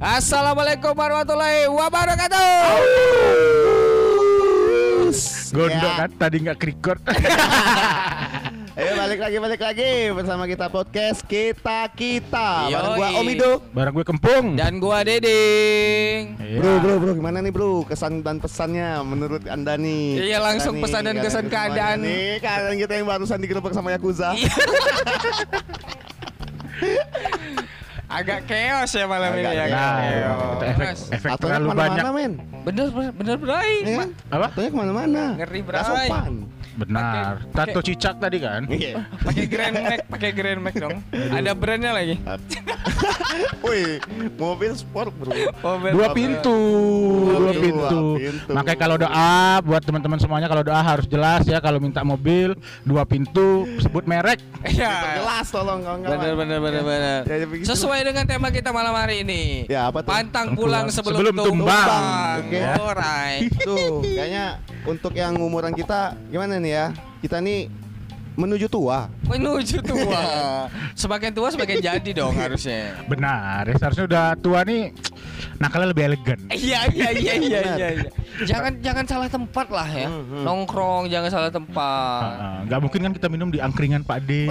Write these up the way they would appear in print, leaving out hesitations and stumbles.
Assalamualaikum warahmatullahi wabarakatuh. Gondok kan tadi nggak record. Ayo balik lagi bersama kita podcast kita. Bareng gua Omido, Barang gue Kempung. Dan gua Deding. Iya. Bro, gimana nih bro? Kesan dan pesannya menurut anda nih? Iya, langsung pesan dan kesan keadaan. Nih kalian kita yang barusan digerebek sama Yakuza. Agak chaos ya malam ini ya. Efek Atunya terlalu banyak. kemana-mana men? Bener bray. Iya kan? Apa? Atunya kemana-mana. Ngeri, Nggak Bray. sopan. Benar. Pakai- Tato cicak tadi kan? Iya. Pakai Grand Max dong. Ada brandnya lagi. Wih, mobil sport bro. Dua pintu. Makanya kalau doa buat teman-teman semuanya, kalau doa harus jelas ya. Kalau minta mobil 2 pintu, sebut merek. Iya. Jelas tolong kawan-kawan. Bener. Ya, begitu. Sesuai dengan tema kita malam hari ini. Ya, apa tuh? Pantang pulang sebelum tumbang. Oke. Alright. Tuh, kayaknya untuk yang umuran kita gimana nih ya? Kita nih menuju tua. Menuju tua. Semakin tua semakin jadi dong harusnya. Benar. Ya, seharusnya udah tua nih nakalnya lebih elegan. Iya. Jangan salah tempat lah ya. Nongkrong jangan salah tempat. Nggak mungkin kan kita minum di angkringan Pak D.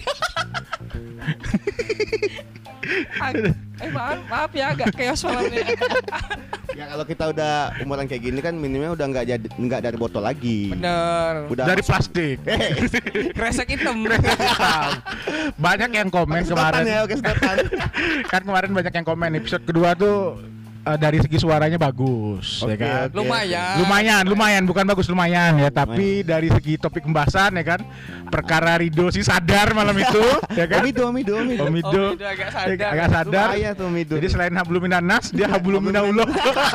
Maaf ya agak chaos malam ini. Ya kalau kita udah umuran kayak gini kan minumnya udah nggak dari botol lagi. Bener. Udah Dari masuk- plastik. Kresek hitam. Banyak yang komen kemarin. Oke, sedotan. Kan kemarin banyak yang komen episode kedua tuh dari segi suaranya bagus, ya Oke, kan? oke. Lumayan, bukan bagus lumayan ya. Tapi dari segi topik pembahasan ya kan, perkara Rido sih sadar malam itu, ya kan? Omido. Omido agak sadar. agak sadar. Bahaya tuh Omido. Jadi selain habluminanas, dia habluminaullah.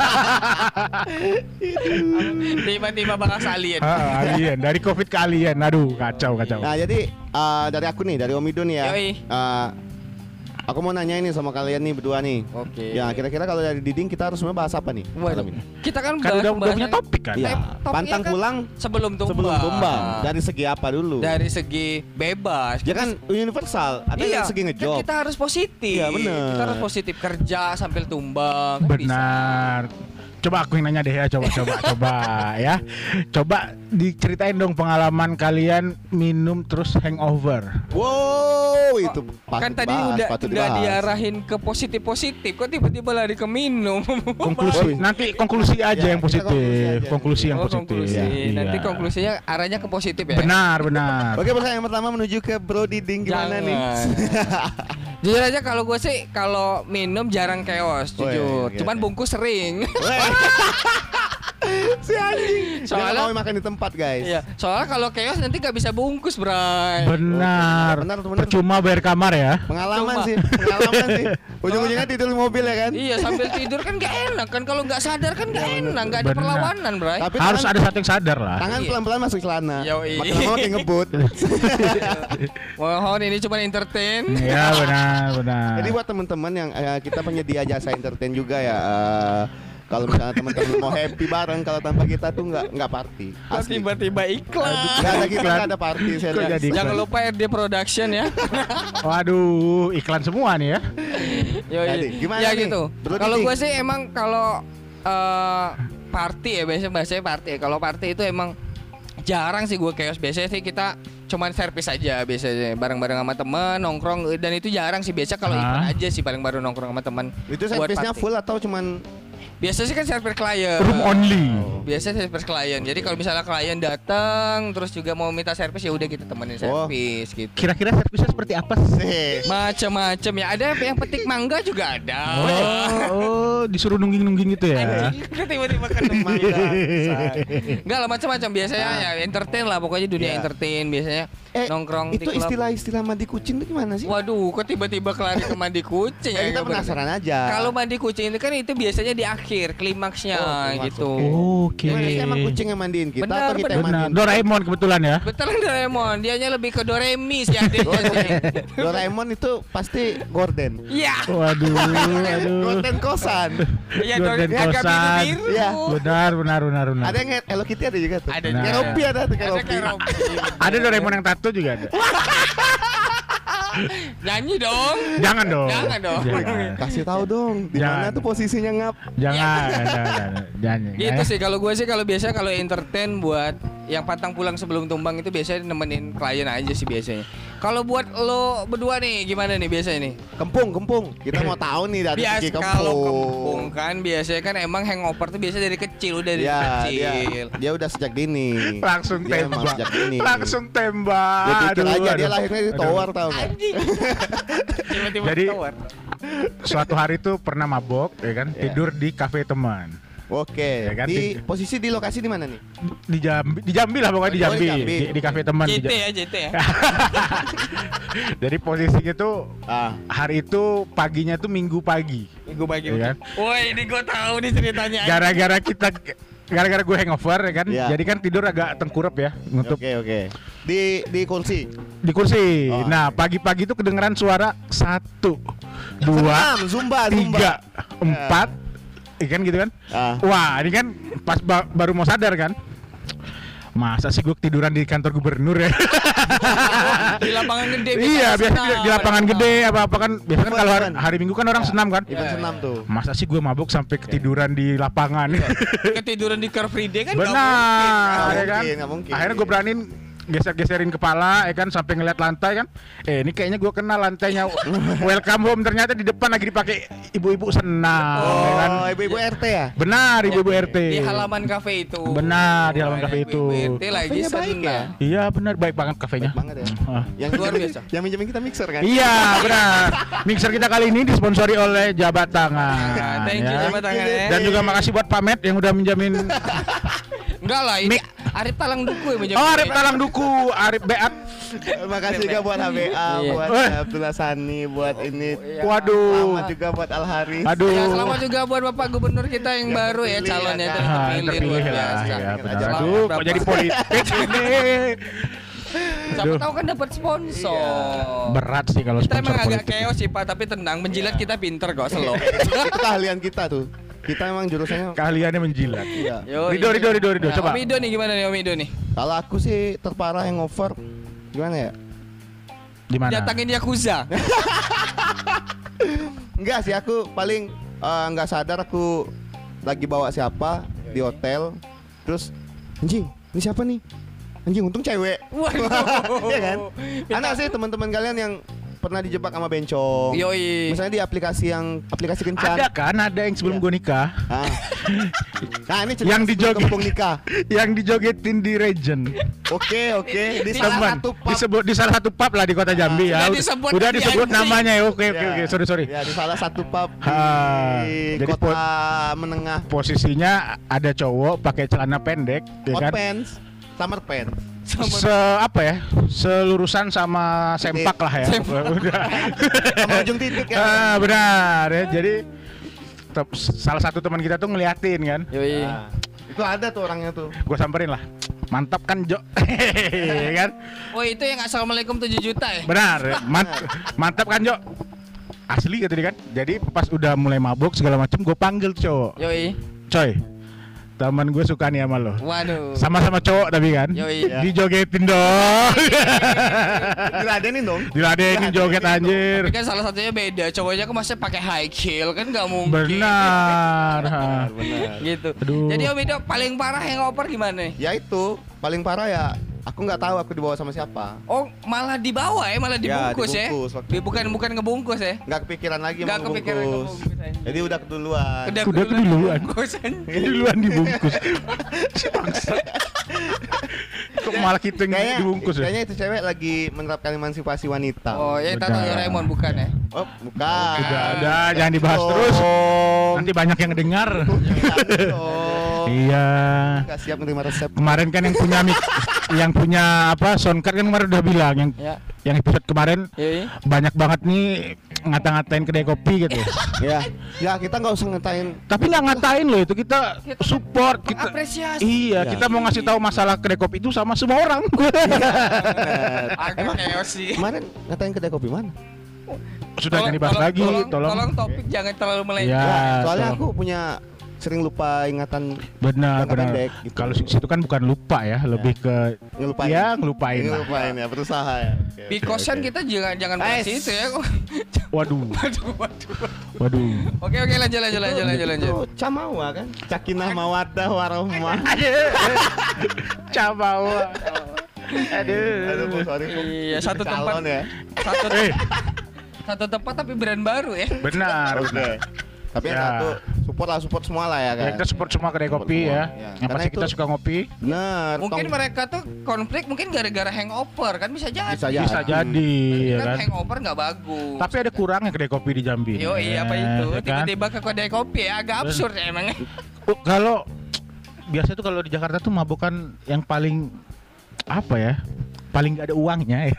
Tiba-tiba bahas alien. Alien, dari COVID ke alien. Aduh, kacau. Nah, jadi dari aku nih, dari Omido nih ya. Yoi. Aku mau nanya ini sama kalian nih berdua nih. Oke. Ya, kira-kira kalau dari Diding kita harus bahas apa nih? Waduh. malam ini? Kita kan Kan udah punya bahas- topik kan? Iya. topiknya Pantang kan pulang sebelum tumbang. Dari segi apa dulu? Dari segi bebas. Ya kan universal. Ada Iya, dari segi kan ngejob. kita harus positif. Iya, bener. Kita harus positif kerja sambil tumbang. Kan bisa. Benar. Coba aku yang nanya deh ya, coba ya. Coba diceritain dong pengalaman kalian minum terus hangover. Wow, itu Kan tadi udah diarahin ke positif. Kok tiba-tiba lari ke minum? Nanti konklusi aja Ya, yang kita positif. Konklusi yang positif. Konklusi. Iya. Nanti konklusinya arahnya ke positif ya. Benar. Oke, pertanyaan yang pertama menuju ke Bro Diding gimana nih? Jujur aja kalau gue sih kalau minum jarang chaos, jujur. iya. Cuman bungkus sering. Si anjing. Soalnya- Soalnya mau makan di tempat, guys. Iya, soalnya kalau chaos nanti gak bisa bungkus, Bray. Benar. Benar. Percuma bayar kamar ya. Pengalaman Cuma. sih. Ujung-ujungnya tidur di mobil ya kan? Iya, sambil tidur kan gak enak kan, kalau nggak sadar kan gak enak, gak ada Benar. perlawanan, Bray. Tapi Harus tangan, ada satu yang sadar lah. tangan Iya. pelan-pelan masuk celana. Yoi. Makin lama makin ngebut. Mohon ini cuma entertain. Iya, benar. Jadi buat teman-teman yang kita penyedia jasa entertain juga ya. Kalau misalnya teman-teman mau happy bareng, kalau tanpa kita tuh nggak party. Kok Asli. tiba-tiba iklan. Nggak ada kita nggak ada party. Saya Kok lihat. jadi iklan? Jangan lupa RD Production ya. Waduh, iklan semua nih ya. Yoi. Jadi, gimana Ya nih? gitu. Bro Kalau Diding. gue sih emang kalau party ya biasanya bahasanya party. Kalau party itu emang jarang sih gue chaos. Biasanya sih kita cuman servis aja biasanya bareng-bareng sama teman nongkrong, dan itu jarang sih. Biasa kalau event aja sih paling baru nongkrong sama teman. Itu buat servisnya party. full atau cuman Biasanya sih kan servis klien. Room only. Biasanya servis klien. Jadi kalau misalnya klien datang terus juga mau minta servis, ya udah kita temenin servis gitu. Kira-kira servisnya seperti apa sih? Macam-macam ya. Ada yang petik mangga juga ada. Oh, disuruh nungging-nungging gitu ya. Anjing, tiba-tiba kena mangga. Enggak lah, macam-macam biasanya ya entertain lah, pokoknya dunia Iya. entertain biasanya nongkrong itu di klub. istilah mandi kucing itu gimana sih? Waduh, kok tiba-tiba kelari ke mandi kucing Ya, ya? kita nggak penasaran aja. Kalau mandi kucing itu kan itu biasanya di akhir klimaksnya klimaks, gitu. Oke. Emang kucing yang mandiin kita Benar, atau kita benar. yang Benar. mandiin? Doraemon kebetulan ya. Betul Doraemon, dianya lebih ke Doremi sih adiknya sih. Doraemon itu pasti gorden. Iya. Waduh, aduh. Gorden kosan. Iya, Gorden agak kosan. biru-biru. Iya. Benar. Ada yang Hello Kitty ada juga tuh. Ada Nah. Kayak Robby ada tuh kayak Ada Robby. kayak Robby. Ada Doraemon yang tato juga ada. Nyanyi dong. Jangan dong. Jangan dong. Jangan. Kasih tahu dong di mana Jangan. tuh posisinya ngap. Jangan. Gitu sih kalau gue sih kalau biasa kalau entertain buat yang pantang pulang sebelum tumbang itu biasanya nemenin klien aja sih biasanya. Kalau buat lo berdua nih gimana nih biasanya nih? Kempung. Kita mau tahu nih dari Biasa segi kalau kempung kan biasanya kan emang hangover tuh biasa dari kecil udah dari Ya, kecil. dia udah sejak dini. Langsung Dia emang tembak. sejak dini. Langsung tembak. Dia pikir Aduh, aja dia aduh. lahirnya di tower tau gak? Anjing. Tiba-tiba Jadi ketahuan. Suatu hari tuh pernah mabok, ya kan? Iya. Tidur di kafe teman. Oke, Ya kan, di posisi di lokasi di mana nih? Di Jambi lah pokoknya di Oh, Jambi. di Jambi. Di kafe teman. di JT Ja- ya JT ya. Jadi posisinya tuh Ah, hari itu paginya tuh Minggu pagi. Gue bagi. Iya kan? Woi ini gue tahu nih ceritanya. Gara-gara gue hangover ya kan. Iya. Jadi kan tidur agak tengkurap ya untuk oke. Di kursi. di kursi. Oh. Nah, pagi-pagi tuh kedengeran suara 1 2 Zumba. 3 4 ikan gitu kan. Ah. Wah, ini kan pas baru mau sadar kan. Masa sih gue tiduran di kantor gubernur ya? Di lapangan gede. Iya, biasa di lapangan gede apa-apa kan. Biasa kan kalau hari Minggu kan orang senam kan. Event senam tuh. Masa sih gue mabuk sampai ketiduran di lapangan? Ketiduran di Car Free Day kan nggak Benar, mungkin. ya kan? Nggak mungkin. Akhirnya gue beraniin geser-geserin kepala, ya kan, sampai ngeliat lantai kan. Ini kayaknya gue kenal lantainya. Welcome home, ternyata di depan lagi dipakai ibu-ibu senam, ya kan? Oh, ibu-ibu RT ya? Benar, ibu-ibu RT. Di halaman kafe itu. Benar, di halaman kafe itu. Ibu-ibu RT lagi Kafenya baik senang. ya? Iya benar, baik banget kafenya. Baik banget ya. Ah. Yang Luar minjemin- biasa. Yang minjemin kita mixer kan? Iya benar. Mixer kita kali ini disponsori oleh Jabat Tangan. Nah, thank you ya. Jabat Tangan ya. Dan juga makasih buat Pamet yang udah minjamin. Enggak lah ini Mik. Arif Talang Duku ya menjadi. Oh, Arif Talang Duku, Arif Beat. Makasih juga buat HBA, Iya. buat Weh. Abdullah Sani, buat ini. Waduh. Selamat juga buat Al Haris. Aduh. Ya, selamat juga buat Bapak Gubernur kita yang Yang baru ya terpilih, calonnya ya kan? terpilih Ah, luar terpilih lah, biasa. ya Aja benar. lah, Aduh, kok Bapak. jadi politik ini? Siapa Aduh. tahu kan dapat sponsor. Berat sih kalau Kita emang sponsor agak politik. chaos sih Pak, tapi tenang menjilat kita pinter kok slow. Itu keahlian kita tuh. Kita emang jurusannya. Keahliannya menjilat. Iya. Yo, Rido, Nah, coba. Om Ido nih gimana nih Om Ido nih? Kalau aku sih terparah yang over. Gimana ya? Di mana? Datangin Yakuza. Enggak sih, aku paling nggak sadar aku lagi bawa siapa di hotel. Terus anjing, ini siapa nih? Anjing, untung cewek. Waduh. Iya kan? Ada sih teman-teman kalian yang pernah dijebak sama bencong. Yoi. Misalnya di aplikasi kencan. Ada kan, ada yang sebelum Iya. gue nikah, Ah. Nah, ini cerita Yang sebelum dijoget. kempung nikah. yang dijogetin di Regent. Oke. Di Di salah Teman, satu pub. disebut di salah satu pub lah di kota Jambi ya. Udah disebut Udah lagi, disebut anjing. namanya ya. Oke, Ya. sorry. Ya, di salah satu pub Ah, di jadi kota menengah. Posisinya ada cowok pakai celana pendek, ya Hot kan? pants, summer pants. Apa ya? Selurusan sama sempak lah ya. Udah. Sama ujung titik ya. Ah, benar ya. Jadi salah satu teman kita tuh ngeliatin kan. Yoi. Nah, itu ada tuh orangnya tuh. Gue samperin lah. Mantap kan Jo? Ya kan? Oh itu yang Assalamualaikum 7 juta ya? Benar. Ya. Mantap kan Jo? Asli gitu kan. Jadi pas udah mulai mabuk segala macem gue panggil tuh cowok. Yoi. Coy, teman gue suka nih sama lo. Waduh. Sama-sama cowok tapi kan. Yoi. Ya. Dijogetin dong. Diladenin dong. Diladenin joget anjir. Tapi kan salah satunya beda. Cowoknya kan masih pakai high heel kan nggak mungkin. Benar. Benar. Gitu. Aduh. Jadi Om Ido paling parah hangover gimana nih? Ya itu paling parah ya. Aku nggak tahu aku dibawa sama siapa. Oh malah dibawa ya, malah Ya, dibungkus ya? dibungkus waktu itu. Bukan ngebungkus ya? Nggak kepikiran lagi Nggak mau kepikiran ngebungkus. ngebungkus aja. Jadi udah keduluan. Udah keduluan. Bungkus aja. Duluan dibungkus. Si bangsa. Kok malah kita yang dibungkus ya? Kayaknya itu cewek lagi menerapkan emansipasi wanita. Oh ya Tata Benar. Doraemon bukan ya? Oh, bukan. Udah, jangan dibahas terus. Nanti banyak yang dengar. Iya. Gak siap menerima resep. Kemarin kan yang punya apa soundcard kan kemarin udah bilang Ya. yang episode kemarin Yoi. banyak banget nih ngata-ngatain kedai kopi gitu. Ya, ya kita nggak usah ngatain. Tapi nggak ngatain loh itu, kita support, kita Apresiasi. iya, Ya. kita mau ngasih tahu masalah kedai kopi itu sama semua orang. Agak chaos sih. Kemarin ngatain kedai kopi mana? Sudah jangan dibahas lagi, tolong. Tolong topik jangan terlalu melenceng. Ya, Ya, soalnya tolong. aku punya sering lupa ingatan Benar, jangka benar. pendek, gitu. Kalau situ kan bukan lupa ya, lebih ke Ngelupain. ya ngelupain. lah. Ngelupain ya, berusaha ya. Oke, oke, Bikosan oke. kita jangan bahas itu ya. Waduh, Waduh. waduh. Oke lanjut. Itu Camawa kan? Cakinah mawaddah warahmah. Cabawa. Aduh, Bu, sorry, Bu. Iya, satu tempat. Calon ya. Satu tempat tapi brand baru ya. Benar, Oke. benar. Tapi yang Ya. satu support semua lah ya kan. Ya, kita support semua kedai Support kopi semua, ya. ya. Yang Karena pasti kita itu- suka ngopi. Bener. Mungkin mereka tuh konflik mungkin gara-gara hangover kan bisa jadi. Bisa jadi. Bisa jadi ya Kan kan. hangover nggak bagus. Tapi ada kurangnya kedai kopi di Jambi. Yo iya apa itu? Ya kan? Tiba-tiba ke kedai kopi ya agak absurd ya emang. Kalau biasa tuh kalau di Jakarta tuh mabukan yang paling apa ya? Paling gak ada uangnya ya.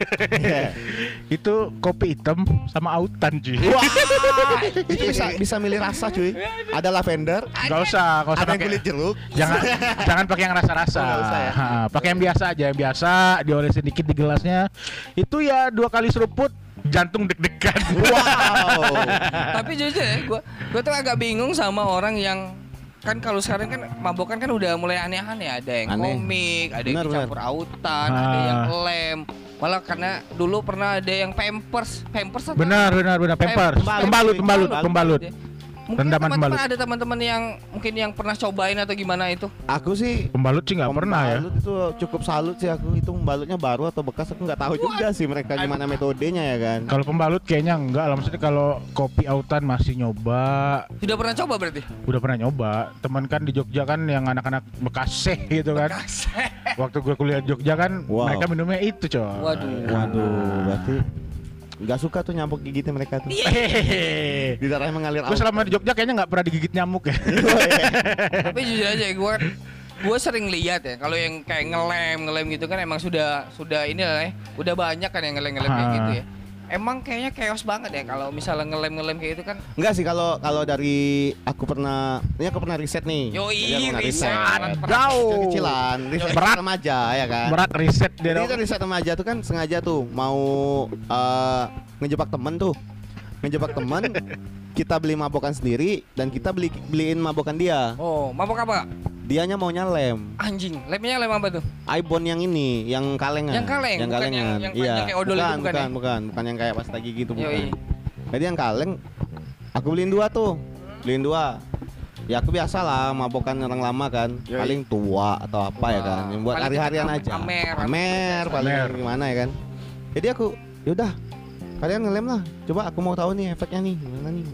Itu kopi hitam sama autan cuy. Wah, itu bisa milih rasa cuy. Ada lavender, Gak usah ada yang pakai. kulit jeruk. Jangan pakai yang rasa-rasa. Oh, nggak usah ya? Ha, pakai yang biasa aja, yang biasa diolesin dikit di gelasnya. Itu ya 2 kali seruput jantung deg-degan. Wow. Tapi jujur ya, gue tuh agak bingung sama orang yang kan kalau sekarang kan mabokan kan udah mulai aneh-aneh, ada yang Aneh. komik, ada yang Benar, dicampur autan, Ah. ada yang lem. Malah karena dulu pernah ada yang pampers atau Benar. Pampers. Pembalut. Mungkin Rendaman teman-teman pembalut. ada teman-teman yang mungkin yang pernah cobain atau gimana itu. Aku sih Pembalut sih nggak pernah ya. pembalut itu cukup salut sih aku. Itu pembalutnya baru atau bekas aku nggak tahu juga sih mereka gimana metodenya ya kan. Kalau pembalut kayaknya enggak lah. Maksudnya kalau kopi autan masih nyoba. Sudah pernah coba berarti? Udah pernah nyoba. Teman kan di Jogja kan yang anak-anak Bekaseh gitu kan. Waktu gue kuliah di Jogja kan Wow. mereka minumnya itu coy. Waduh, berarti nggak suka tuh nyamuk gigitnya mereka tuh. Hehehe. Di darahnya mengalir Gue selama di Jogja kayaknya nggak pernah digigit nyamuk ya. Tapi jujur aja gue sering lihat ya kalau yang kayak ngelem gitu kan emang sudah ini lah ya. Udah banyak kan yang ngelem kayak Ha. gitu ya. Emang kayaknya chaos banget ya kalau misalnya ngelem kayak gitu kan. Enggak sih kalau dari aku pernah riset nih. Yoi, Jadi aku pernah riset. Kecil-kecilan, riset Berat. remaja ya kan. Berat riset dia Jadi dong. itu riset remaja tuh kan sengaja tuh mau ngejebak temen tuh. Ngejebak temen, kita beli mabokan sendiri dan kita beliin mabokan dia. Oh, mabok apa? Dianya maunya lem. Anjing, lemnya lem apa tuh? Ibon yang ini, yang kalengan. Yang kaleng, yang bukan kalengan. yang Iya. panjang kayak odol itu bukan ya? bukan yang kayak pasta gigi gitu bukan. Yoi. Jadi yang kaleng aku beliin 2 tuh. Beliin 2. Ya aku biasa lah mabokan orang lama kan. Yoi. Paling tua atau apa ya kan. Yang buat Paling hari-harian aja. amer. Paling Amer. gimana ya kan. Jadi aku yaudah kalian ngelem lah. Coba aku mau tahu nih efeknya nih gimana nih.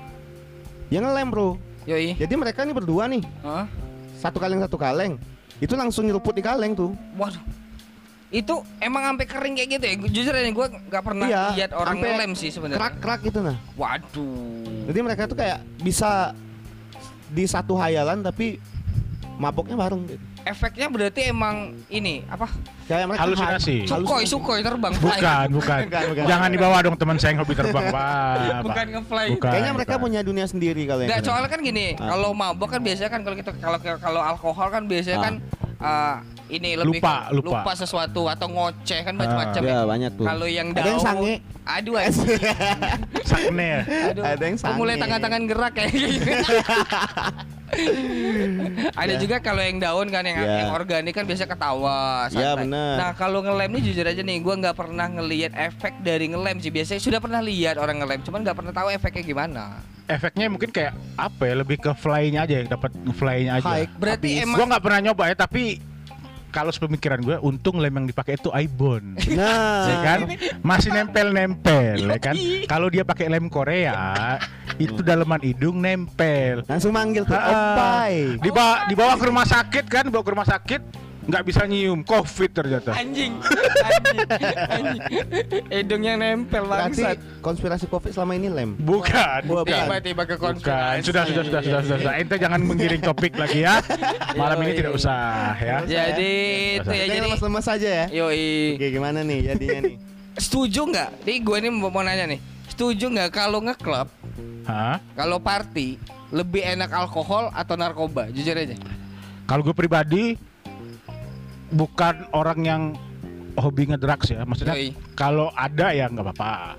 Ya ngelem bro. Yoi. Jadi mereka nih berdua nih. Hah? Satu kaleng. Itu langsung nyeruput di kaleng tuh. Waduh. Itu emang sampai kering kayak gitu ya? Jujur aja gue nggak pernah Iya, lihat orang sampai ngelem sih sebenarnya. Kerak-kerak gitu nah. Waduh. Jadi mereka tuh kayak bisa di satu hayalan tapi maboknya bareng gitu. Efeknya berarti emang ini apa? Kayak mereka Halusinasi. Sukoi terbang. Bukan. Bukan. Jangan dibawa dong teman saya yang hobi terbang, Pak. Bukan ngefly. Bukan. Kayaknya mereka bukan. punya dunia sendiri kalau yang Enggak, keren. soalnya kan gini, kalau mabok kan biasanya kan kalau kita kalau alkohol kan biasanya kan ini lebih Lupa. sesuatu atau ngoceh kan macam-macam ya. Ya banyak tuh. Kalau yang Ada yang daun, sange. aduh, aduh, Sakne ya. Ada yang Gua mulai sange. tangan-tangan gerak kayak gitu. Ada Ya. juga kalau yang daun kan yang, Ya. yang organik kan biasa ketawa Ya, santai. bener. Nah kalau ngelem nih jujur aja nih gue nggak pernah ngelihat efek dari ngelem sih. Biasanya sudah pernah lihat orang ngelem cuman nggak pernah tahu efeknya gimana. Efeknya mungkin kayak apa ya? Lebih ke fly-nya aja, dapat fly-nya aja. Hike. Berarti Habis. emang Gua nggak pernah nyoba ya, tapi kalau sepemikiran gue, untung lem yang dipakai itu Ibon. Nah, Ya kan masih nempel ya kan. Kalau dia pakai lem Korea itu daleman hidung nempel. langsung manggil tuh Ah, opai. dibawa ke rumah sakit kan, bawa ke rumah sakit nggak bisa nyium, COVID ternyata. anjing. Hidungnya nempel Berarti bangsat. konspirasi Covid selama ini lem. Bukan, Bukan. Tiba-tiba ke bukan. konspirasi. Sudah. Ente jangan menggiring topik lagi ya. Malam ini tidak usah ya. Jadi itu ya Jadi jadi lemas-lemas aja ya. yoi. Oke, gimana nih jadinya nih? Setuju nggak? Nih gue nih mau nanya nih. Setuju nggak kalau ngeklub, Hah? kalau party lebih enak alkohol atau narkoba? Jujur aja. Kalau gue pribadi bukan orang yang hobi ngedrugs ya. Maksudnya Yoi. kalau ada ya nggak apa-apa.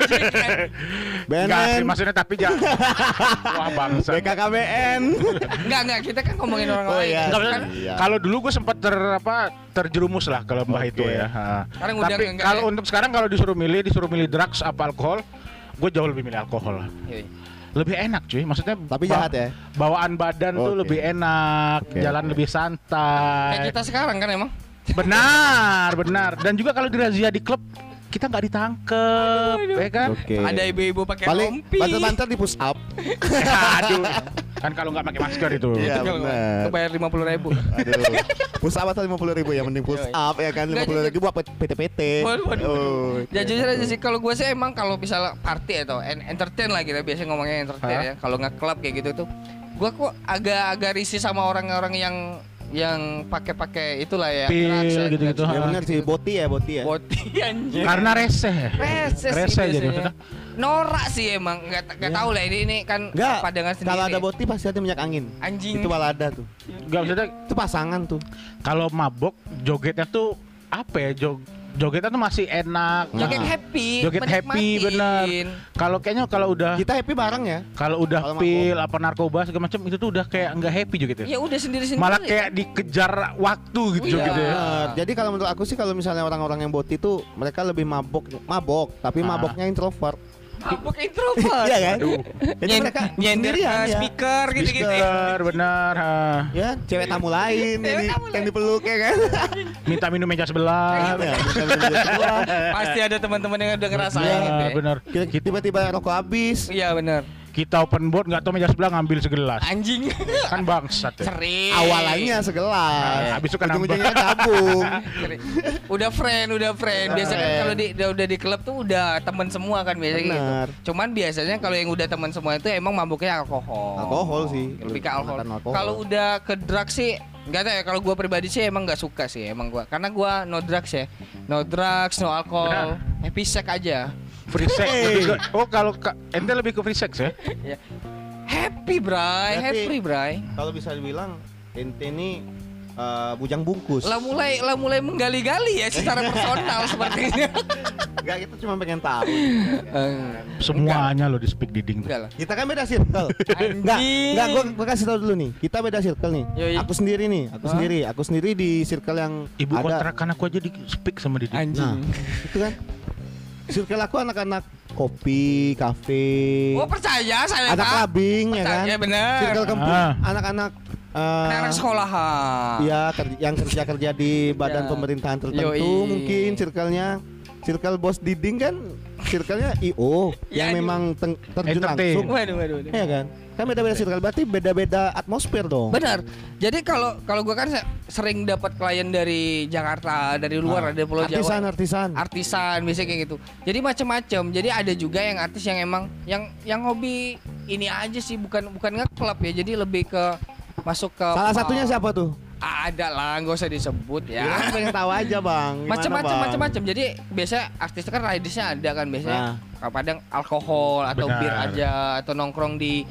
Enggak sih BNN, maksudnya tapi jangan. Wah bangsa. BKKBN. Enggak, kita kan ngomongin orang Oh, lain. iya. Nggak, maksudnya, Iya. kalau dulu gue sempat terjerumus lah kalau mbah itu Oke. ya. Sekarang udah Tapi enggak kalau ya? untuk sekarang kalau disuruh milih drugs apa alkohol, gue jauh lebih milih alkohol lah. Yoi. Lebih enak cuy, maksudnya Tapi jahat ya. bawaan badan tuh Oke. lebih enak, Oke, jalan oke. lebih santai. Kayak kita sekarang kan emang. Benar. Dan juga kalau dirazia di klub kita nggak ditangkep, ya kan? Oke. Ada ibu-ibu pakai Paling rompi. banter-banter di push up. Aduh, kan kalau nggak pakai masker itu. Iya, Kalau benar. kebayar 50.000. Aduh. Push up atau 50.000 ya, mending push Yoi. up ya kan, Nggak, 50.000 buat PT-PT. Waduh. Oh, Ya jujur aja sih kalau gue sih emang kalau misalnya party atau entertain lah kita biasanya ngomongnya entertain Hah? ya. Kalau nge-club kayak gitu tuh, gue kok agak risih sama orang-orang yang pakai itulah ya. Pil drugs ya, gitu-gitu. drugs. Ya benar sih, boti ya. Boti anjing. Karena reseh. Rese sih Reseh jadi biasanya. maksudnya. Norak sih emang, nggak Iya. tahu lah ini kan Enggak, pandangan sendiri. kalau ada boti pasti ada minyak angin. Anjing. Itu balada tuh. Nggak maksudnya Itu pasangan tuh. kalau mabok jogetnya tuh apa ya? Jogetnya tuh masih enak. Joget Nah. happy, Joget happy bener. menikmatin. Kalau kayaknya kalau udah Kita happy bareng ya. kalau udah Kalau pil apa narkoba segala macam itu tuh udah kayak nggak happy jogetnya. Ya udah sendiri-sendiri. Malah kayak dikejar waktu gitu Iya. jogetnya. Bener. Jadi kalau menurut aku sih kalau misalnya orang-orang yang boti tuh mereka lebih mabok, tapi Ah. maboknya introvert. mabuk introvert. Iya kan? Jadi Nyen- mereka nyender sendirian ke ya. speaker gitu-gitu. ya. Speaker, benar. Ya, cewek tamu lain Cewek tamu yang lain. dipeluk ya kan. Minta minum meja sebelah. Ya, bisa. Pasti ada teman-teman yang udah ngerasain Iya, gitu. Ya. benar. Tiba-tiba rokok habis. Iya benar. Kita open board nggak tahu meja sebelah ngambil segelas. Anjing. Kan bangsat ya. Sering. Awalannya segelas. Habis itu kan ujung-ujungnya gabung. Sering. Udah friend. Biasanya kan friend. kalau udah di klub tuh udah teman semua kan biasanya Benar. gitu. Cuman biasanya kalau yang udah teman semua itu emang mabuknya alkohol. Alkohol sih. Lebih ke alkohol. Makan alkohol. Kalau udah ke drugs sih nggak tahu ya, kalau gua pribadi sih emang nggak suka sih emang gua, karena gua no drugs ya, no drugs, no alkohol, happy sex aja. Free sex. lebih ke- Oh kalau ente lebih ke free sex ya? Ya. Happy bray, Berarti- happy bray. Kalau bisa dibilang ente ini bujang bungkus. Lah mulai menggali-gali ya secara personal sepertinya. Enggak, kita cuma pengen tahu. Semuanya lo di speak diding. Enggak lah. Kita kan beda circle. Anjing. Enggak, gua kasih tahu dulu nih. Kita beda circle nih. Yoi. Aku sendiri nih, aku sendiri di circle yang Ibu ada. kontrakan aku aja di speak sama diding. Nah, Anjing. itu kan. Circle aku anak-anak kopi, kafe. Oh percaya saya Ada Pak. clubbing ya kan. Percaya bener. Circle kampung, Ah. anak-anak Anak sekolahan. Iya, yang kerja di badan Ya. pemerintahan tertentu Yoi. mungkin circle-nya. Circle bos Diding kan circle-nya IO Ya, yang memang terjun Entertain. langsung. Waduh. Iya kan? Kan beda-beda circle, berarti beda-beda atmosfer dong. Benar. Jadi kalau gue kan sering dapat klien dari Jakarta, dari luar, ada Pulau Jawa. Artisan biasanya kayak gitu. Jadi macam-macam. Jadi ada juga yang artis yang emang yang hobi ini aja sih, bukan nge-club ya. Jadi lebih ke masuk ke Salah satunya siapa tuh? Ada lah, nggak usah disebut Ya, ya. pengen tahu aja, Bang. Gimana, Bang? Macam-macam. Jadi biasanya artis kan ridesnya ada kan biasanya. Nah. Kadang alkohol atau Benar. bir aja atau nongkrong di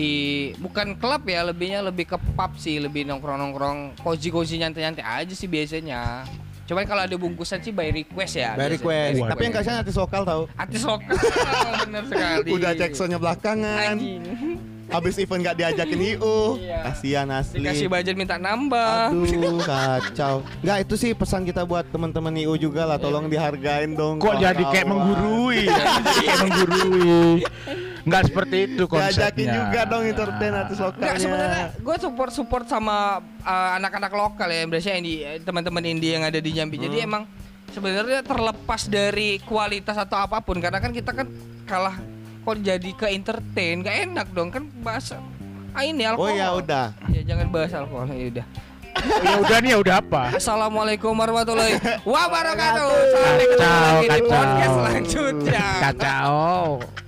bukan klub ya, lebih ke pub sih, lebih nongkrong cozy nyantai-nyantai aja sih biasanya. Cuman kalau ada bungkusan sih by request ya. By biasanya. request. By Tapi yang kasihan artis lokal tahu. artis lokal bener sekali. Udah cek soundnya belakangan. Anjing. Habis event gak diajakin IO. Iya. Kasihan asli. Dikasih budget minta nambah. Aduh, kacau. Enggak, itu sih pesan kita buat teman-teman IO juga lah, tolong dihargain dong. Kok jadi kayak menggurui ya? Jadi kayak menggurui. Nggak seperti itu konsepnya. Diajakin juga dong entertain artis Enggak, lokalnya. sebenarnya gue support sama anak-anak lokal ya, biasanya teman-teman indie yang ada di Jambi. Jadi emang sebenarnya terlepas dari kualitas atau apapun, karena kan kita kan kalah kok jadi ke entertain, gak enak dong kan bahas ini Oh alkohol. ya udah. Ya jangan bahas alkohol, ya udah. Ya udah nih, ya udah apa? Assalamualaikum warahmatullahi wabarakatuh. Sampai ketemu lagi di Kacau. podcast selanjutnya. Kacau.